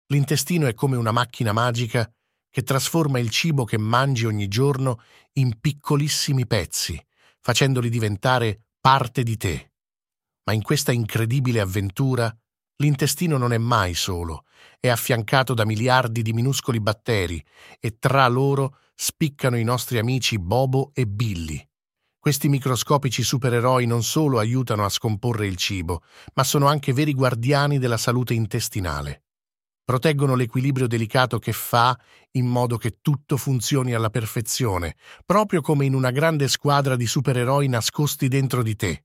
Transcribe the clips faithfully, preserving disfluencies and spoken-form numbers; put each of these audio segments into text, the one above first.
L'intestino è come una macchina magica che trasforma il cibo che mangi ogni giorno in piccolissimi pezzi, facendoli diventare parte di te. Ma in questa incredibile avventura, l'intestino non è mai solo, è affiancato da miliardi di minuscoli batteri e tra loro spiccano i nostri amici Bobo e Billy. Questi microscopici supereroi non solo aiutano a scomporre il cibo, ma sono anche veri guardiani della salute intestinale. Proteggono l'equilibrio delicato che fa in modo che tutto funzioni alla perfezione, proprio come in una grande squadra di supereroi nascosti dentro di te.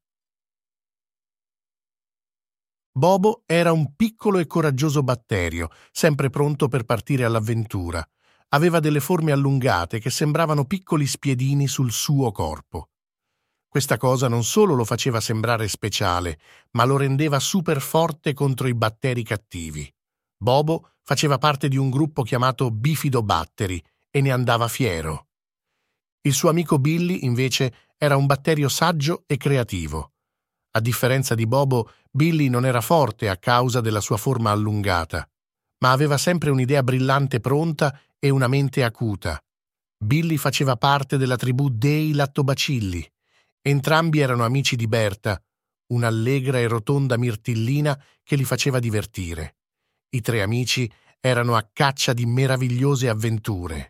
Bobo era un piccolo e coraggioso batterio, sempre pronto per partire all'avventura. Aveva delle forme allungate che sembravano piccoli spiedini sul suo corpo. Questa cosa non solo lo faceva sembrare speciale, ma lo rendeva super forte contro i batteri cattivi. Bobo faceva parte di un gruppo chiamato Bifidobatteri e ne andava fiero. Il suo amico Billy, invece, era un batterio saggio e creativo. A differenza di Bobo, Billy non era forte a causa della sua forma allungata, ma aveva sempre un'idea brillante pronta e una mente acuta. Billy faceva parte della tribù dei lattobacilli. Entrambi erano amici di Berta, un'allegra e rotonda mirtillina che li faceva divertire. I tre amici erano a caccia di meravigliose avventure.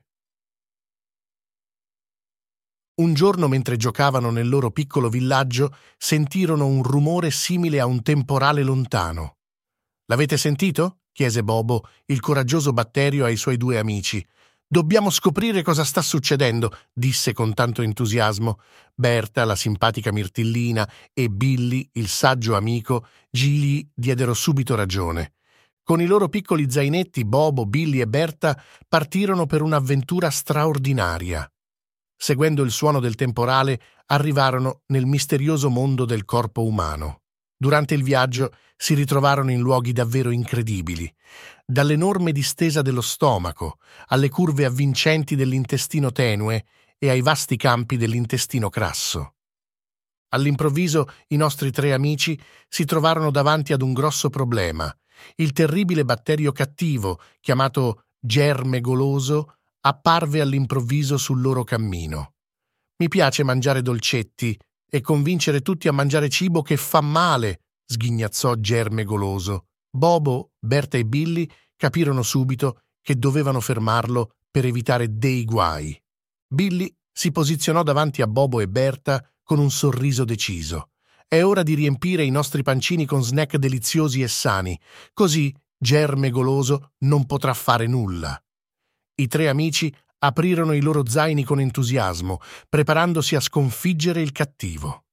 Un giorno, mentre giocavano nel loro piccolo villaggio, sentirono un rumore simile a un temporale lontano. «L'avete sentito?» chiese Bobo, il coraggioso batterio, ai suoi due amici. «Dobbiamo scoprire cosa sta succedendo», disse con tanto entusiasmo. Berta, la simpatica mirtillina, e Billy, il saggio amico, gli diedero subito ragione. Con i loro piccoli zainetti, Bobo, Billy e Berta partirono per un'avventura straordinaria. Seguendo il suono del temporale, arrivarono nel misterioso mondo del corpo umano. Durante il viaggio si ritrovarono in luoghi davvero incredibili, dall'enorme distesa dello stomaco, alle curve avvincenti dell'intestino tenue e ai vasti campi dell'intestino grasso. All'improvviso i nostri tre amici si trovarono davanti ad un grosso problema. Il terribile batterio cattivo, chiamato germe goloso, apparve all'improvviso sul loro cammino. «Mi piace mangiare dolcetti e convincere tutti a mangiare cibo che fa male», sghignazzò Germe goloso. Bobo, Berta e Billy capirono subito che dovevano fermarlo per evitare dei guai. Billy si posizionò davanti a Bobo e Berta con un sorriso deciso. «È ora di riempire i nostri pancini con snack deliziosi e sani, così Germe goloso non potrà fare nulla». I tre amici aprirono i loro zaini con entusiasmo, preparandosi a sconfiggere il cattivo.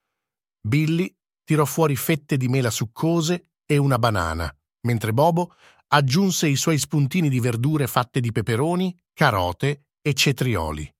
Billy tirò fuori fette di mela succose e una banana, mentre Bobo aggiunse i suoi spuntini di verdure fatte di peperoni, carote e cetrioli.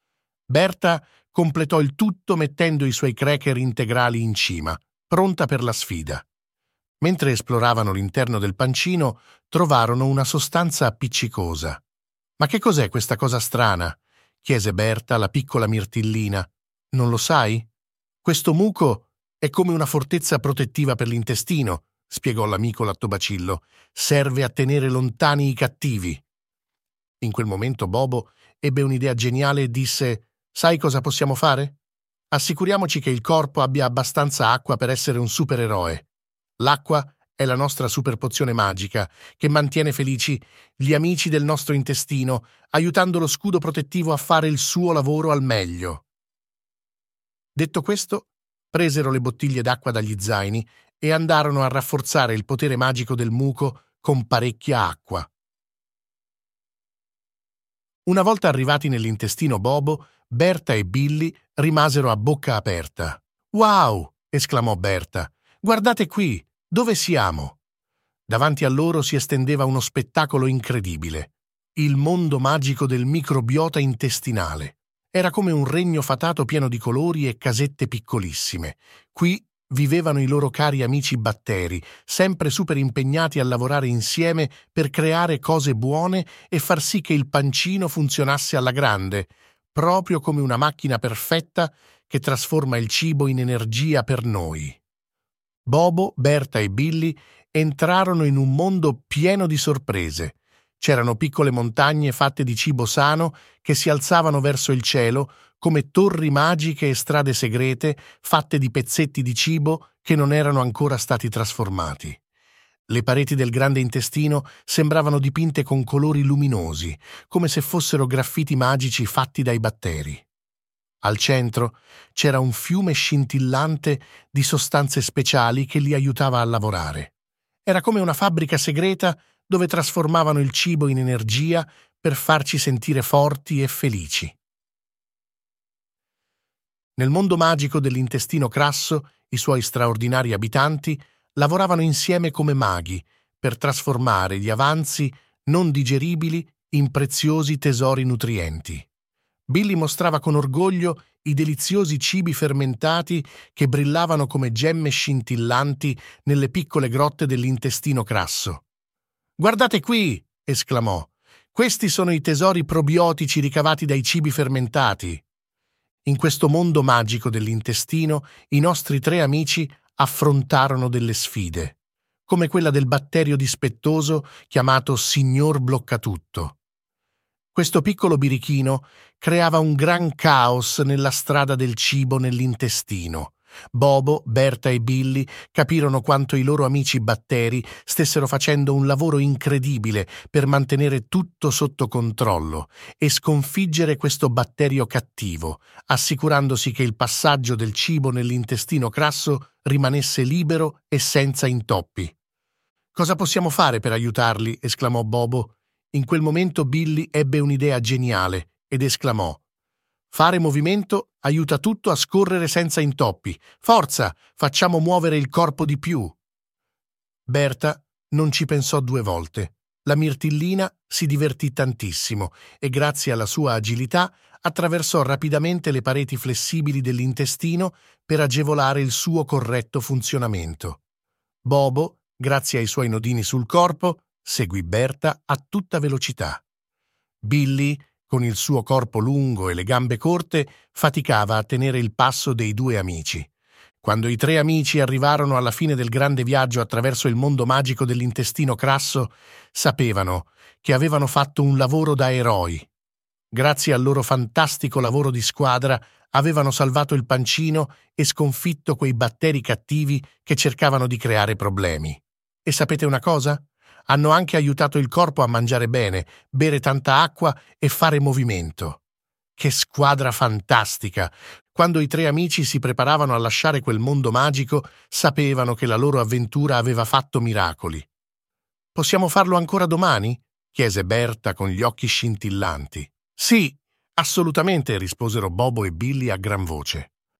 Berta completò il tutto mettendo i suoi cracker integrali in cima, pronta per la sfida. Mentre esploravano l'interno del pancino, trovarono una sostanza appiccicosa. «Ma che cos'è questa cosa strana?» chiese Berta, la piccola mirtillina. «Non lo sai? Questo muco è come una fortezza protettiva per l'intestino», spiegò l'amico lattobacillo. «Serve a tenere lontani i cattivi». In quel momento Bobo ebbe un'idea geniale e disse: «Sai cosa possiamo fare? Assicuriamoci che il corpo abbia abbastanza acqua per essere un supereroe. L'acqua è la nostra superpozione magica che mantiene felici gli amici del nostro intestino, aiutando lo scudo protettivo a fare il suo lavoro al meglio». Detto questo, presero le bottiglie d'acqua dagli zaini e andarono a rafforzare il potere magico del muco con parecchia acqua. Una volta arrivati nell'intestino Bobo, Berta e Billy rimasero a bocca aperta. «Wow!» esclamò Berta. «Guardate qui! Dove siamo?» Davanti a loro si estendeva uno spettacolo incredibile. Il mondo magico del microbiota intestinale. Era come un regno fatato pieno di colori e casette piccolissime. Qui vivevano i loro cari amici batteri, sempre super impegnati a lavorare insieme per creare cose buone e far sì che il pancino funzionasse alla grande, proprio come una macchina perfetta che trasforma il cibo in energia per noi. Bobo, Berta e Billy entrarono in un mondo pieno di sorprese. C'erano piccole montagne fatte di cibo sano che si alzavano verso il cielo come torri magiche e strade segrete fatte di pezzetti di cibo che non erano ancora stati trasformati. Le pareti del grande intestino sembravano dipinte con colori luminosi, come se fossero graffiti magici fatti dai batteri. Al centro c'era un fiume scintillante di sostanze speciali che li aiutava a lavorare. Era come una fabbrica segreta dove trasformavano il cibo in energia per farci sentire forti e felici. Nel mondo magico dell'intestino crasso, i suoi straordinari abitanti lavoravano insieme come maghi per trasformare gli avanzi non digeribili in preziosi tesori nutrienti. Billy mostrava con orgoglio i deliziosi cibi fermentati che brillavano come gemme scintillanti nelle piccole grotte dell'intestino crasso. «Guardate qui!» esclamò. «Questi sono i tesori probiotici ricavati dai cibi fermentati». In questo mondo magico dell'intestino, i nostri tre amici affrontarono delle sfide, come quella del batterio dispettoso chiamato Signor Bloccatutto. Questo piccolo birichino creava un gran caos nella strada del cibo nell'intestino. Bobo, Berta e Billy capirono quanto i loro amici batteri stessero facendo un lavoro incredibile per mantenere tutto sotto controllo e sconfiggere questo batterio cattivo, assicurandosi che il passaggio del cibo nell'intestino crasso rimanesse libero e senza intoppi. «Cosa possiamo fare per aiutarli?» esclamò Bobo. In quel momento Billy ebbe un'idea geniale ed esclamò: «Fare movimento aiuta tutto a scorrere senza intoppi. Forza, facciamo muovere il corpo di più». Berta non ci pensò due volte. La mirtillina si divertì tantissimo e grazie alla sua agilità attraversò rapidamente le pareti flessibili dell'intestino per agevolare il suo corretto funzionamento. Bobo, grazie ai suoi nodini sul corpo, seguì Berta a tutta velocità. Billy, con il suo corpo lungo e le gambe corte, faticava a tenere il passo dei due amici. Quando i tre amici arrivarono alla fine del grande viaggio attraverso il mondo magico dell'intestino crasso, sapevano che avevano fatto un lavoro da eroi. Grazie al loro fantastico lavoro di squadra, avevano salvato il pancino e sconfitto quei batteri cattivi che cercavano di creare problemi. E sapete una cosa? Hanno anche aiutato il corpo a mangiare bene, bere tanta acqua e fare movimento. Che squadra fantastica! Quando i tre amici si preparavano a lasciare quel mondo magico, sapevano che la loro avventura aveva fatto miracoli. «Possiamo farlo ancora domani?» chiese Berta con gli occhi scintillanti. «Sì, assolutamente», risposero Bobo e Billy a gran voce.